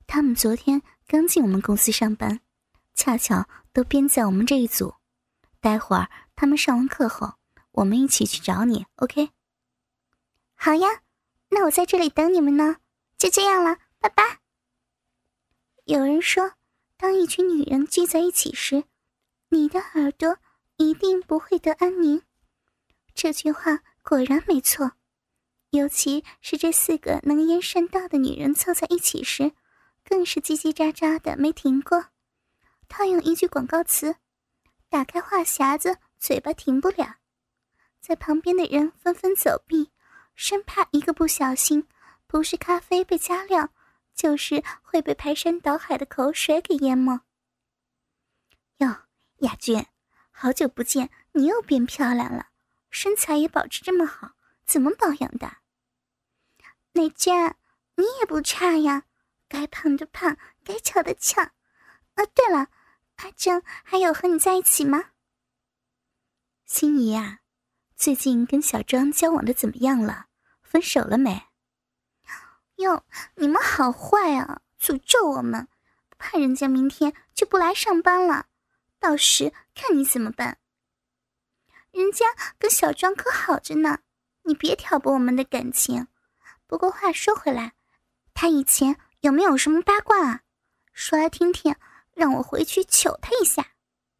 他们昨天刚进我们公司上班，恰巧都编在我们这一组。待会儿他们上完课后，我们一起去找你 ，OK？ 好呀，那我在这里等你们呢。就这样了，拜拜。有人说，当一群女人聚在一起时，你的耳朵一定不会得安宁。这句话果然没错，尤其是这4个能言善道的女人凑在一起时，更是叽叽喳喳的没停过。套用一句广告词，打开话匣子，嘴巴停不了。在旁边的人纷纷走避，生怕一个不小心，不是咖啡被加料，就是会被排山倒海的口水给淹没。 哟，雅君，好久不见，你又变漂亮了，身材也保持这么好，怎么保养的？ 美娟，你也不差呀，该胖的胖，该翘的翘。对了，阿正还有和你在一起吗？ 心怡啊，最近跟小庄交往的怎么样了？分手了没？ 哟，你们好坏啊，诅咒我们，怕人家明天就不来上班了，到时看你怎么办。人家跟小庄可好着呢，你别挑拨我们的感情。不过话说回来，他以前有没有什么八卦啊？说来听听，让我回去求他一下。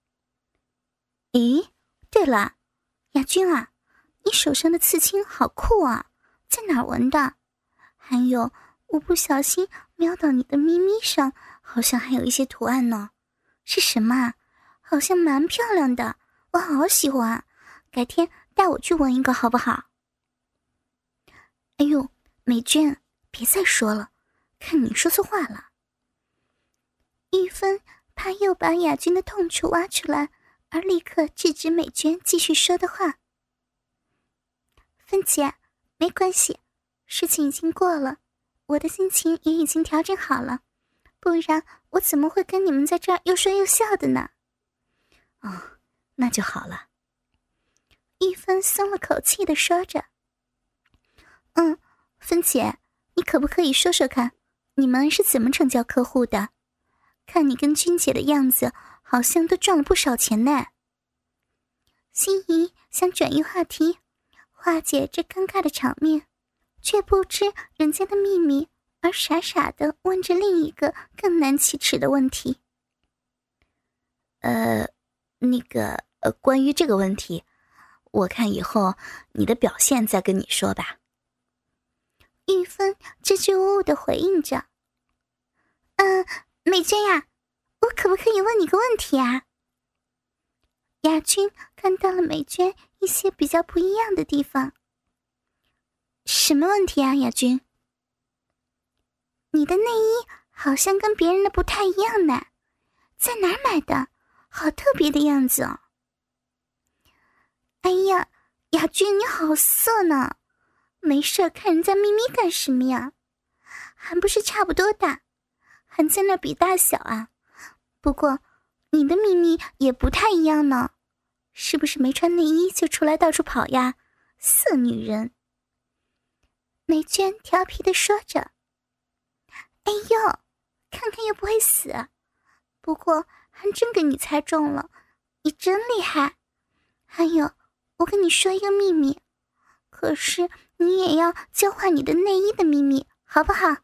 咦，对了，雅君啊，你手上的刺青好酷啊，在哪儿纹的？还有，我不小心瞄到你的咪咪上，好像还有一些图案呢，是什么啊？好像蛮漂亮的，我好喜欢，改天带我去纹一个好不好？哎呦，美娟，别再说了，看你说错话了。 玉芬怕又把雅君的痛处挖出来，而立刻制止美娟继续说的话。芬姐，没关系，事情已经过了，我的心情也已经调整好了，不然我怎么会跟你们在这儿又说又笑的呢？ 哦，那就好了。 玉芬松了口气地说着。 芬姐，你可不可以说说看，你们是怎么成交客户的？看你跟君姐的样子，好像都赚了不少钱呢。 心怡想转移话题，化解这尴尬的场面，却不知人家的秘密，而傻傻地问着另一个更难启齿的问题。 关于这个问题，我看以后你的表现再跟你说吧。 玉芬支支吾吾地回应着。美娟呀，我可不可以问你个问题啊？雅君看到了美娟一些比较不一样的地方。 什么问题啊，雅君？ 你的内衣好像跟别人的不太一样呢，在哪儿买的？好特别的样子哦。哎呀，雅君你好色呢，没事看人家咪咪干什么呀？还不是差不多大，还在那比大小啊？不过你的咪咪也不太一样呢，是不是没穿内衣就出来到处跑呀？色女人。美娟调皮地说着。哎呦，看看又不会死，不过还真给你猜中了，你真厉害。还有，我跟你说一个秘密，可是你也要交换你的内衣的秘密，好不好？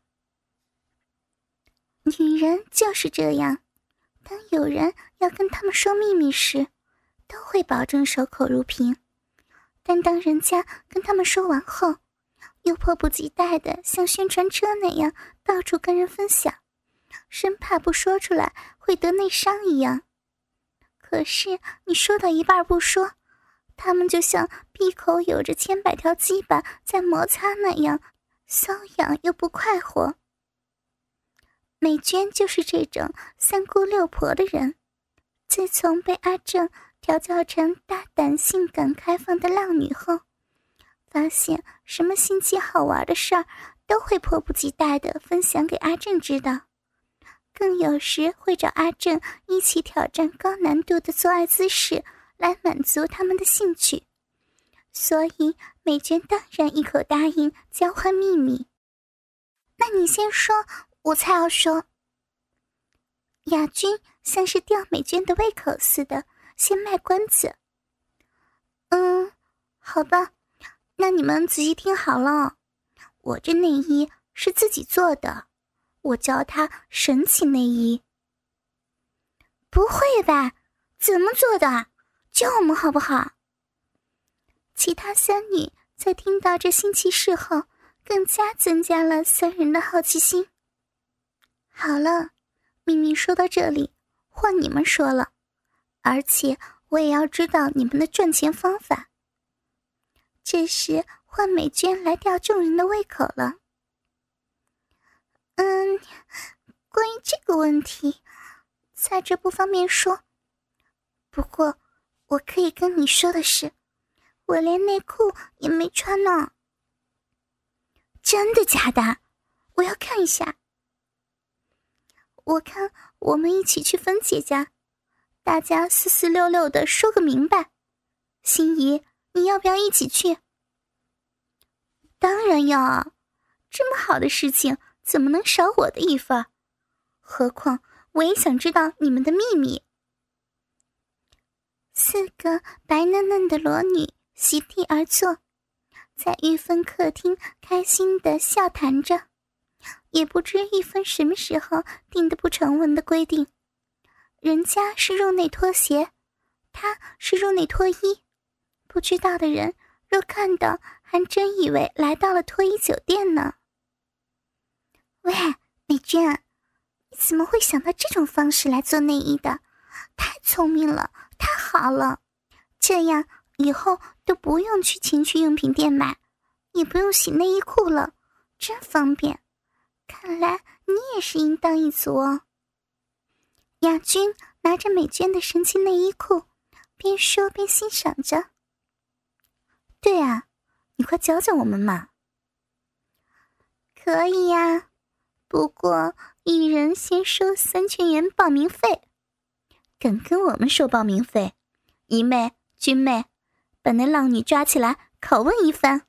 女人就是这样，当有人要跟他们说秘密时，都会保证守口如瓶，但当人家跟他们说完后，又迫不及待地像宣传车那样到处跟人分享，生怕不说出来会得内伤一样。可是你说到一半不说，他们就像闭口有着千百条鸡巴在摩擦那样，瘙痒又不快活。美娟就是这种三姑六婆的人，自从被阿正调教成大胆性感开放的浪女后，发现什么新奇好玩的事儿都会迫不及待地分享给阿正知道，更有时会找阿正一起挑战高难度的做爱姿势来满足他们的兴趣，所以美娟当然一口答应交换秘密。那你先说，我才要说。 雅君像是吊美娟的胃口似的，先卖关子。好吧，那你们仔细听好了，我这内衣是自己做的，我叫它神奇内衣。不会吧？怎么做的？教我们好不好？其他三女在听到这新奇事后，更加增加了三人的好奇心。好了，秘密说到这里，换你们说了，而且我也要知道你们的赚钱方法。这时换美娟来吊众人的胃口了。关于这个问题，在这不方便说。不过，我可以跟你说的是，我连内裤也没穿呢。真的假的？我要看一下。我看我们一起去芬姐家，大家四四六六的说个明白。心怡，你要不要一起去？当然要啊，这么好的事情怎么能少我的一份？何况我也想知道你们的秘密。四个白嫩嫩的裸女席地而坐，在玉芬客厅开心地笑谈着。也不知玉芬什么时候定的不成文的规定，人家是入内脱鞋，她是入内脱衣。不知道的人若看到，还真以为来到了脱衣酒店呢。喂，美娟，你怎么会想到这种方式来做内衣的？太聪明了，太好了，这样以后都不用去情趣用品店买，也不用洗内衣裤了，真方便。看来你也是应当一族哦。雅君拿着美娟的神奇内衣裤，边说边欣赏着。对啊，你快教教我们嘛。可以呀，不过一人先收3000元报名费。敢跟我们收报名费，姨妹、君妹，把那浪女抓起来拷问一番。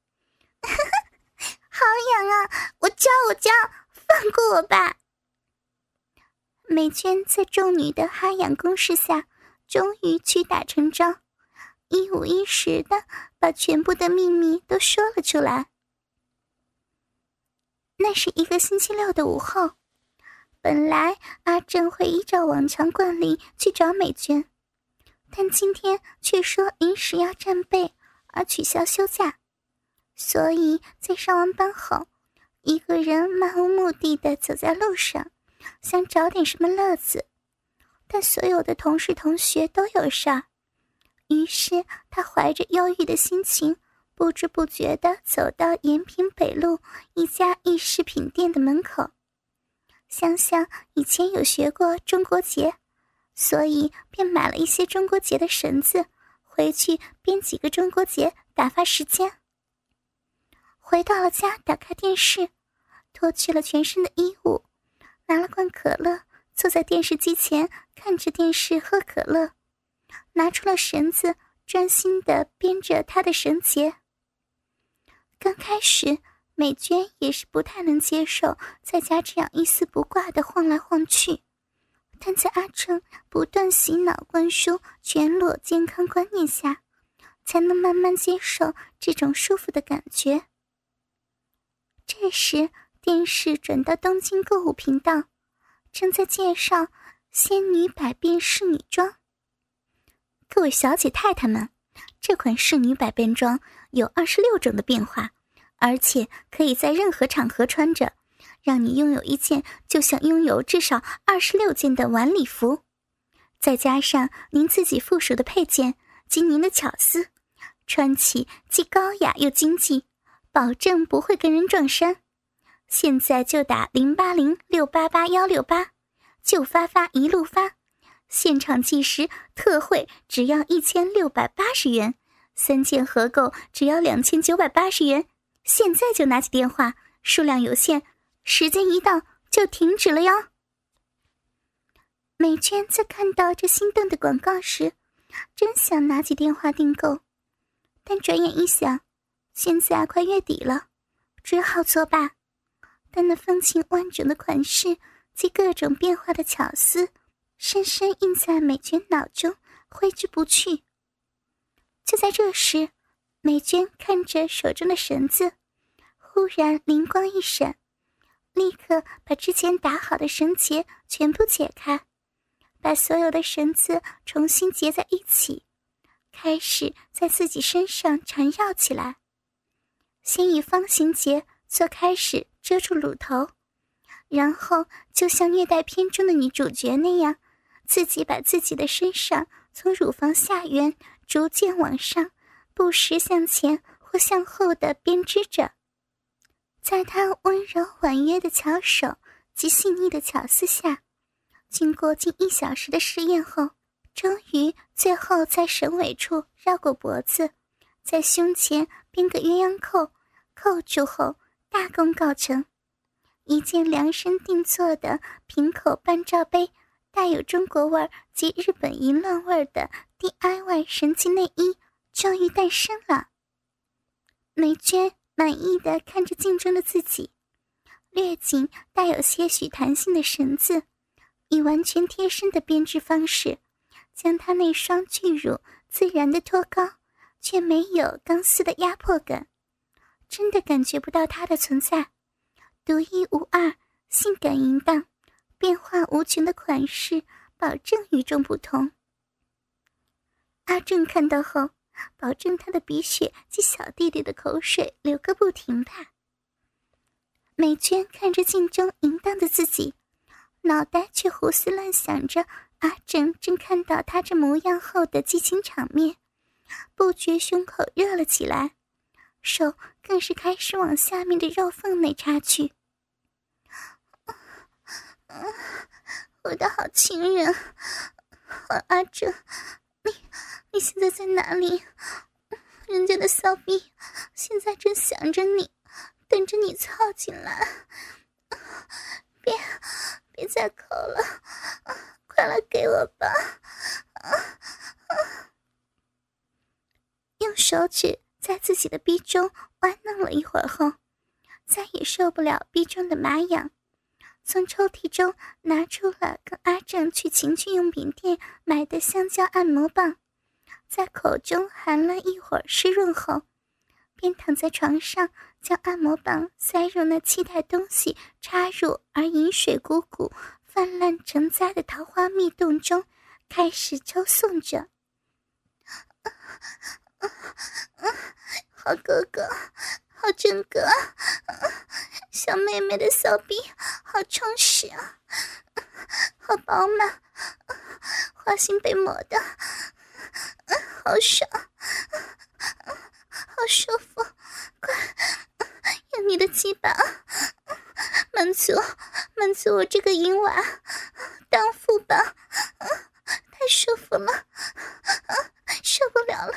好痒啊！我教，放过我吧！美娟在众女的哈痒攻势下，终于屈打成招，一五一十的把全部的秘密都说了出来。那是一个星期六的午后，本来阿正会依照往常惯例去找美娟，但今天却说临时要战备而取消休假。所以在上完班后，一个人漫无目的地走在路上，想找点什么乐子，但所有的同事同学都有事儿，于是他怀着忧郁的心情，不知不觉地走到延平北路一家玉饰品店的门口。想想以前有学过中国结，所以便买了一些中国结的绳子，回去编几个中国结打发时间。回到了家，打开电视，脱去了全身的衣物，拿了罐可乐，坐在电视机前看着电视喝可乐，拿出了绳子，专心地编着她的绳结。刚开始美娟也是不太能接受在家这样一丝不挂地晃来晃去，但在阿正不断洗脑灌输全裸健康观念下，才能慢慢接受这种舒服的感觉。这时电视转到东京购物频道，正在介绍仙女百变仕女装。各位小姐太太们，这款仕女百变装有26种的变化，而且可以在任何场合穿着，让你拥有一件就像拥有至少26件的晚礼服。再加上您自己附属的配件及您的巧思，穿起既高雅又经济，保证不会跟人撞衫。现在就打080688168，就发一路发，现场计时特惠只要1680元，3件合购只要2980元。现在就拿起电话，数量有限，时间一到就停止了哟。美娟在看到这心动的广告时，真想拿起电话订购，但转眼一想，现在快月底了，只好作罢。但那风情万种的款式及各种变化的巧思，深深印在美娟脑中，挥之不去。就在这时，美娟看着手中的绳子，忽然灵光一闪，立刻把之前打好的绳结全部解开，把所有的绳子重新结在一起，开始在自己身上缠绕起来。先以方形结做开始遮住乳头，然后就像虐待片中的女主角那样，自己把自己的身上从乳房下缘逐渐往上，不时向前或向后的编织着。在她温柔婉约的巧手及细腻的巧思下，经过近1小时的试验后，终于最后在绳尾处绕过脖子，在胸前编个鸳鸯扣，扣住后大功告成。一件量身定做的平口半罩杯，带有中国味及日本淫乱味的 DIY 神奇内衣终于诞生了。美娟满意地看着镜中的自己，略紧带有些许弹性的绳子，以完全贴身的编织方式，将她那双巨乳自然地托高，却没有钢丝的压迫感，真的感觉不到她的存在。独一无二、性感淫荡、变化无穷的款式，保证与众不同。阿正看到后，保证他的鼻血及小弟弟的口水流个不停吧。美娟看着镜中淫荡的自己，脑袋却胡思乱想着阿正正看到他这模样后的激情场面，不觉胸口热了起来，手更是开始往下面的肉缝内插去。我的好情人，阿正，你现在在哪里？人家的骚逼现在正想着你，等着你操进来。别再抠了，快来给我吧。用手指在自己的逼中玩弄了一会儿后，再也受不了逼中的麻痒，从抽屉中拿出了跟阿正去情趣用品店买的香蕉按摩棒，在口中含了一会儿湿润后，便躺在床上，将按摩棒塞入那气袋东西插入而饮水汩汩泛滥成灾的桃花蜜洞中，开始抽送着。好哥哥，好正哥，小妹妹的骚逼好充实啊，好饱满，花心被磨的好爽，好舒服，快用你的鸡巴满足我这个淫娃，当父吧，太舒服了，受不了了，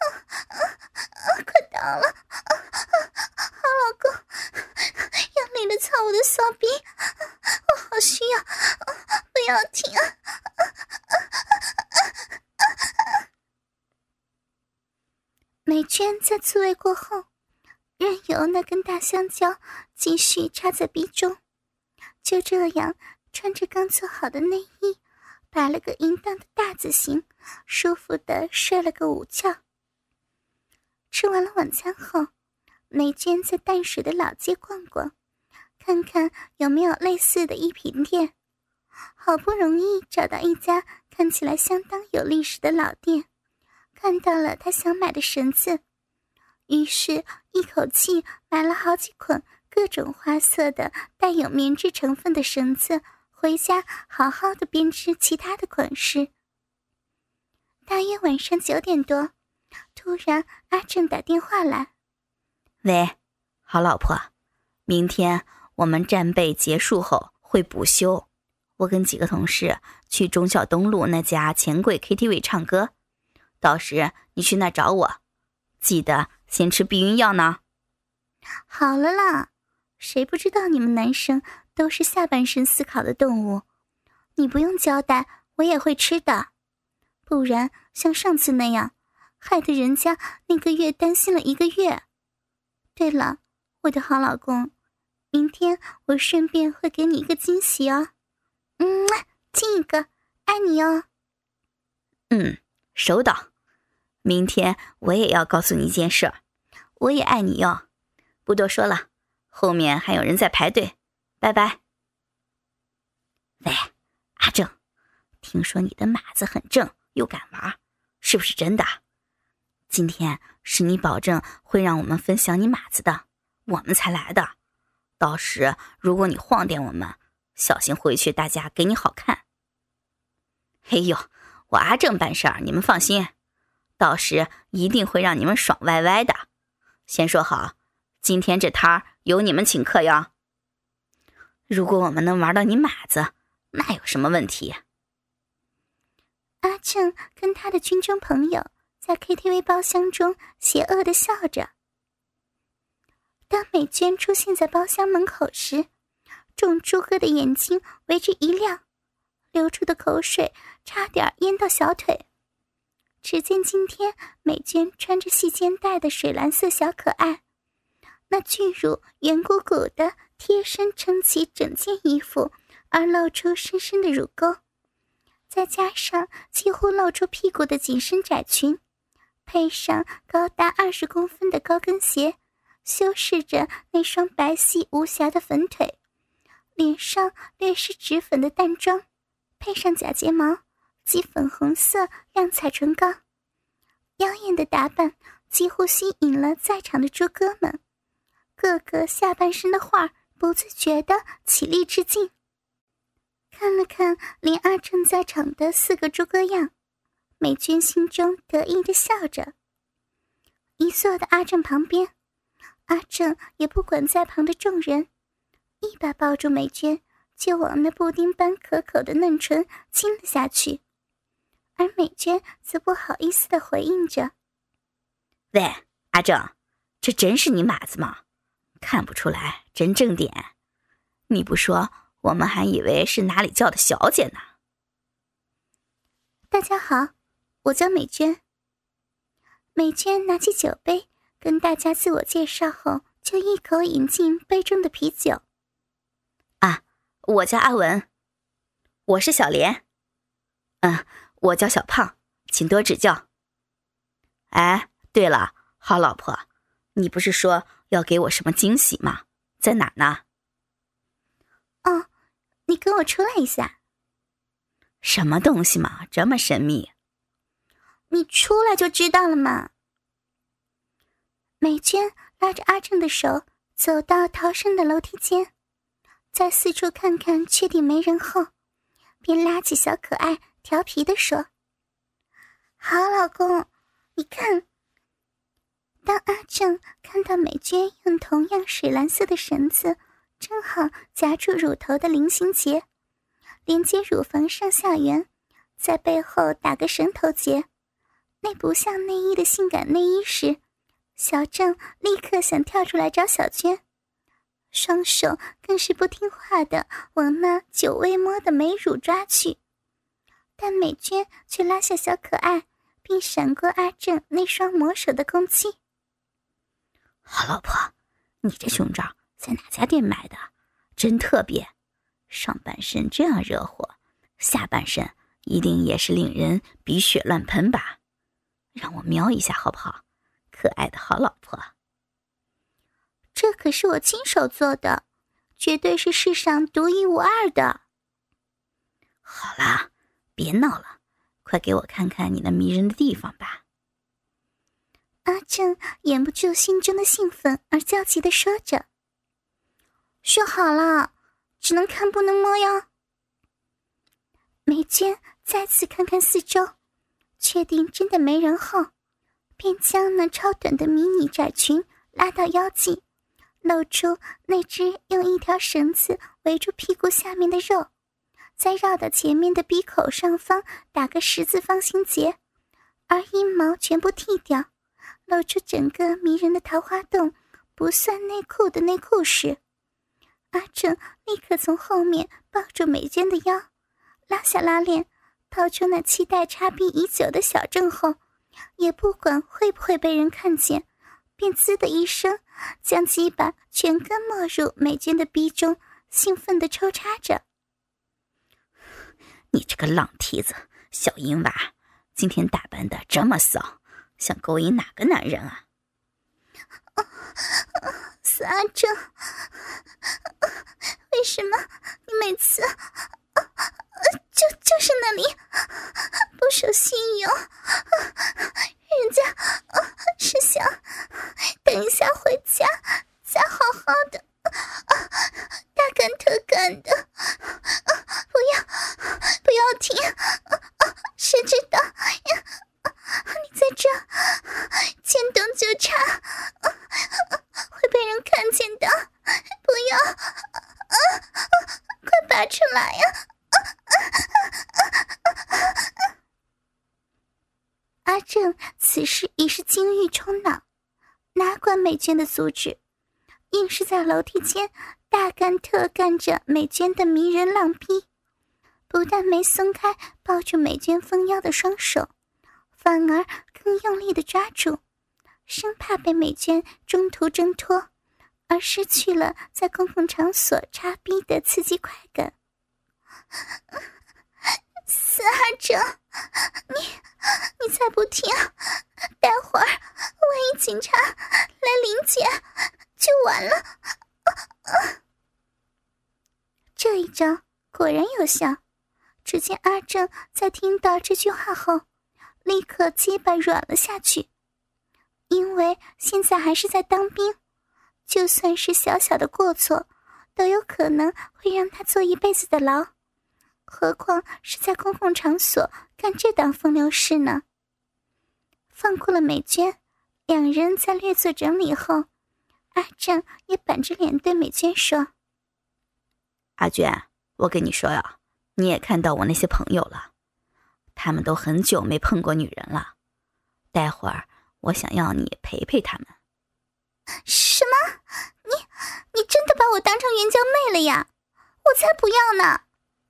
快到了，好老公，用力的操我的骚逼，我好需要，不要停啊！美娟在自慰过后，任由那根大香蕉继续插在逼中，就这样穿着刚做好的内衣，摆了个淫荡的大字形，舒服地睡了个午觉。吃完了晚餐后，美娟在淡水的老街逛逛，看看有没有类似的衣品店。好不容易找到一家看起来相当有历史的老店，看到了她想买的绳子，于是一口气买了好几捆各种花色的带有棉质成分的绳子，回家好好的编织其他的款式。大约晚上9点多，突然阿正打电话来。 喂，好老婆，明天我们战备结束后会补休，我跟几个同事去忠孝东路那家钱柜 KTV 唱歌，到时你去那找我，记得先吃避孕药呢。 好了啦，谁不知道你们男生都是下半身思考的动物，你不用交代，我也会吃的，不然像上次那样害得人家那个月担心了1个月。对了，我的好老公，明天我顺便会给你一个惊喜哦。 亲一个，爱你哦。 收到。明天我也要告诉你一件事，我也爱你哟。不多说了，后面还有人在排队，拜拜。喂，阿正，听说你的马子很正，又敢玩，是不是真的？今天是你保证会让我们分享你马子的，我们才来的。到时如果你晃点我们，小心回去大家给你好看。嘿呦，我阿正办事儿，你们放心，到时一定会让你们爽歪歪的。先说好，今天这摊儿由你们请客哟。如果我们能玩到你马子，那有什么问题？ 阿正跟他的军中朋友在 KTV 包厢中邪恶地笑着。当美娟出现在包厢门口时，众猪哥的眼睛为之一亮，流出的口水差点淹到小腿。只见今天美娟穿着细肩带的水蓝色小可爱，那巨乳圆鼓鼓的贴身撑起整件衣服，而露出深深的乳沟，再加上几乎露出屁股的紧身窄裙，配上高达20公分的高跟鞋，修饰着那双白皙无瑕的粉腿，脸上略施脂粉的淡妆，配上假睫毛及粉红色亮彩唇膏，妖艳的打扮几乎吸引了在场的猪哥们，个个下半身的画不自觉地起立致敬。看了看连阿正在场的4个猪哥样，美娟心中得意地笑着。一坐到阿正旁边，阿正也不管在旁的众人，一把抱住美娟，就往那布丁般可口的嫩唇亲了下去。而美娟则不好意思地回应着： 喂，阿正，这真是你马子吗？看不出来，真正点。你不说，我们还以为是哪里叫的小姐呢。 大家好，我叫美娟。美娟拿起酒杯跟大家自我介绍后，就一口饮尽杯中的啤酒。 我叫阿文。我是小莲。我叫小胖，请多指教。哎，对了，好老婆，你不是说要给我什么惊喜吗？在哪呢？ 哦，你跟我出来一下。 什么东西嘛，这么神秘？ 你出来就知道了嘛。美娟拉着阿正的手走到逃生的楼梯间，在四处看看确定没人后，便拉起小可爱调皮地说：好老公，你看。当阿正看到美娟用同样水蓝色的绳子正好夹住乳头的菱形结，连接乳房上下缘，在背后打个绳头结，那不像内衣的性感内衣时，小郑立刻想跳出来找小娟，双手更是不听话地往那久未摸的美乳抓去。但美娟却拉下小可爱，并闪过阿正那双魔手的攻击。 好老婆，你这胸罩在哪家店买的？真特别，上半身这样热火，下半身一定也是令人鼻血乱喷吧？让我瞄一下好不好？可爱的好老婆。 这可是我亲手做的，绝对是世上独一无二的。 好啦，别闹了，快给我看看你那迷人的地方吧。 阿正掩不住心中的兴奋而焦急地说着：说好了，只能看不能摸哟。美娟再次看看四周，确定真的没人后，便将那超短的迷你窄裙拉到腰际，露出那只用一条绳子围住屁股下面的肉，再绕到前面的鼻口上方打个10字方形结，而阴毛全部剃掉，露出整个迷人的桃花洞不算内裤的内裤时，阿正立刻从后面抱住美娟的腰，拉下拉链，掏出那期待插逼已久的小正后，也不管会不会被人看见，便滋的一声将鸡巴全根没入美娟的逼中，兴奋地抽插着。 你这个浪蹄子，小淫娃，今天打扮的这么骚，想勾引哪个男人啊？ 死阿正，为什么你每次就是那里不守信用？人家是想等一下回家再好好的大干特干的，不要停！谁知道你在这见洞就插，会被人看见的！不要，快拔出来呀！阿正此时已是精欲冲脑，哪管美娟的阻止，硬是在楼梯间大干特干着美娟的迷人浪逼，不但没松开抱住美娟丰腰的双手，反而更用力地抓住，生怕被美娟中途挣脱，而失去了在公共场所插逼的刺激快感。死阿正，你再不停，待会儿万一警察来临检就完了。这一招果然有效，只见阿正在听到这句话后立刻鸡巴软了下去，因为现在还是在当兵，就算是小小的过错都有可能会让他坐一辈子的牢，何况是在公共场所干这档风流事呢？放过了美娟，两人在略作整理后，阿正也板着脸对美娟说： 阿娟，我跟你说呀，你也看到我那些朋友了，他们都很久没碰过女人了，待会儿我想要你陪陪他们。 什么？你真的把我当成援交妹了呀？我才不要呢！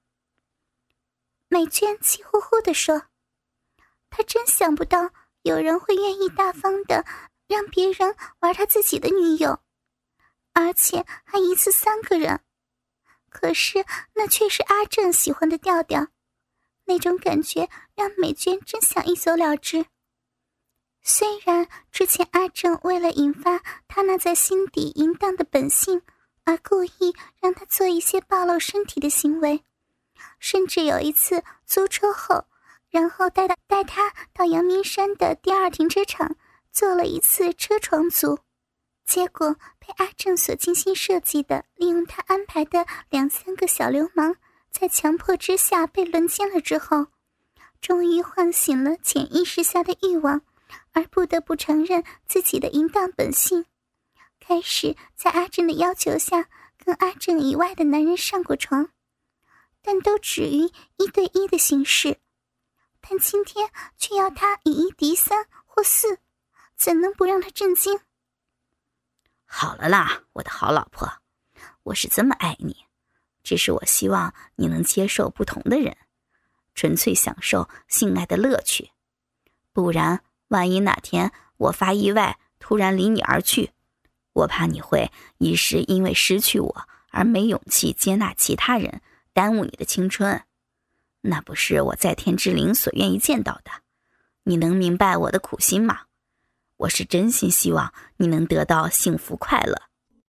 美娟气呼呼地说，她真想不到有人会愿意大方的让别人玩他自己的女友，而且还一次3个人。可是那却是阿正喜欢的调调，那种感觉让美娟真想一走了之。虽然之前阿正为了引发他那在心底淫荡的本性而故意让他做一些暴露身体的行为，甚至有一次租车后，然后带他到阳明山的第2停车场做了一次车床族，结果被阿正所精心设计的利用他安排的2、3个小流氓在强迫之下被轮奸了之后，终于唤醒了潜意识下的欲望，而不得不承认自己的淫荡本性，开始在阿正的要求下跟阿正以外的男人上过床，但都止于1对1的形式。但今天却要他以1敌3或4，怎能不让他震惊？ 好了啦，我的好老婆，我是这么爱你，只是我希望你能接受不同的人，纯粹享受性爱的乐趣，不然万一哪天我发意外突然离你而去，我怕你会一时因为失去我而没勇气接纳其他人，耽误你的青春，那不是我在天之灵所愿意见到的。你能明白我的苦心吗？我是真心希望你能得到幸福快乐，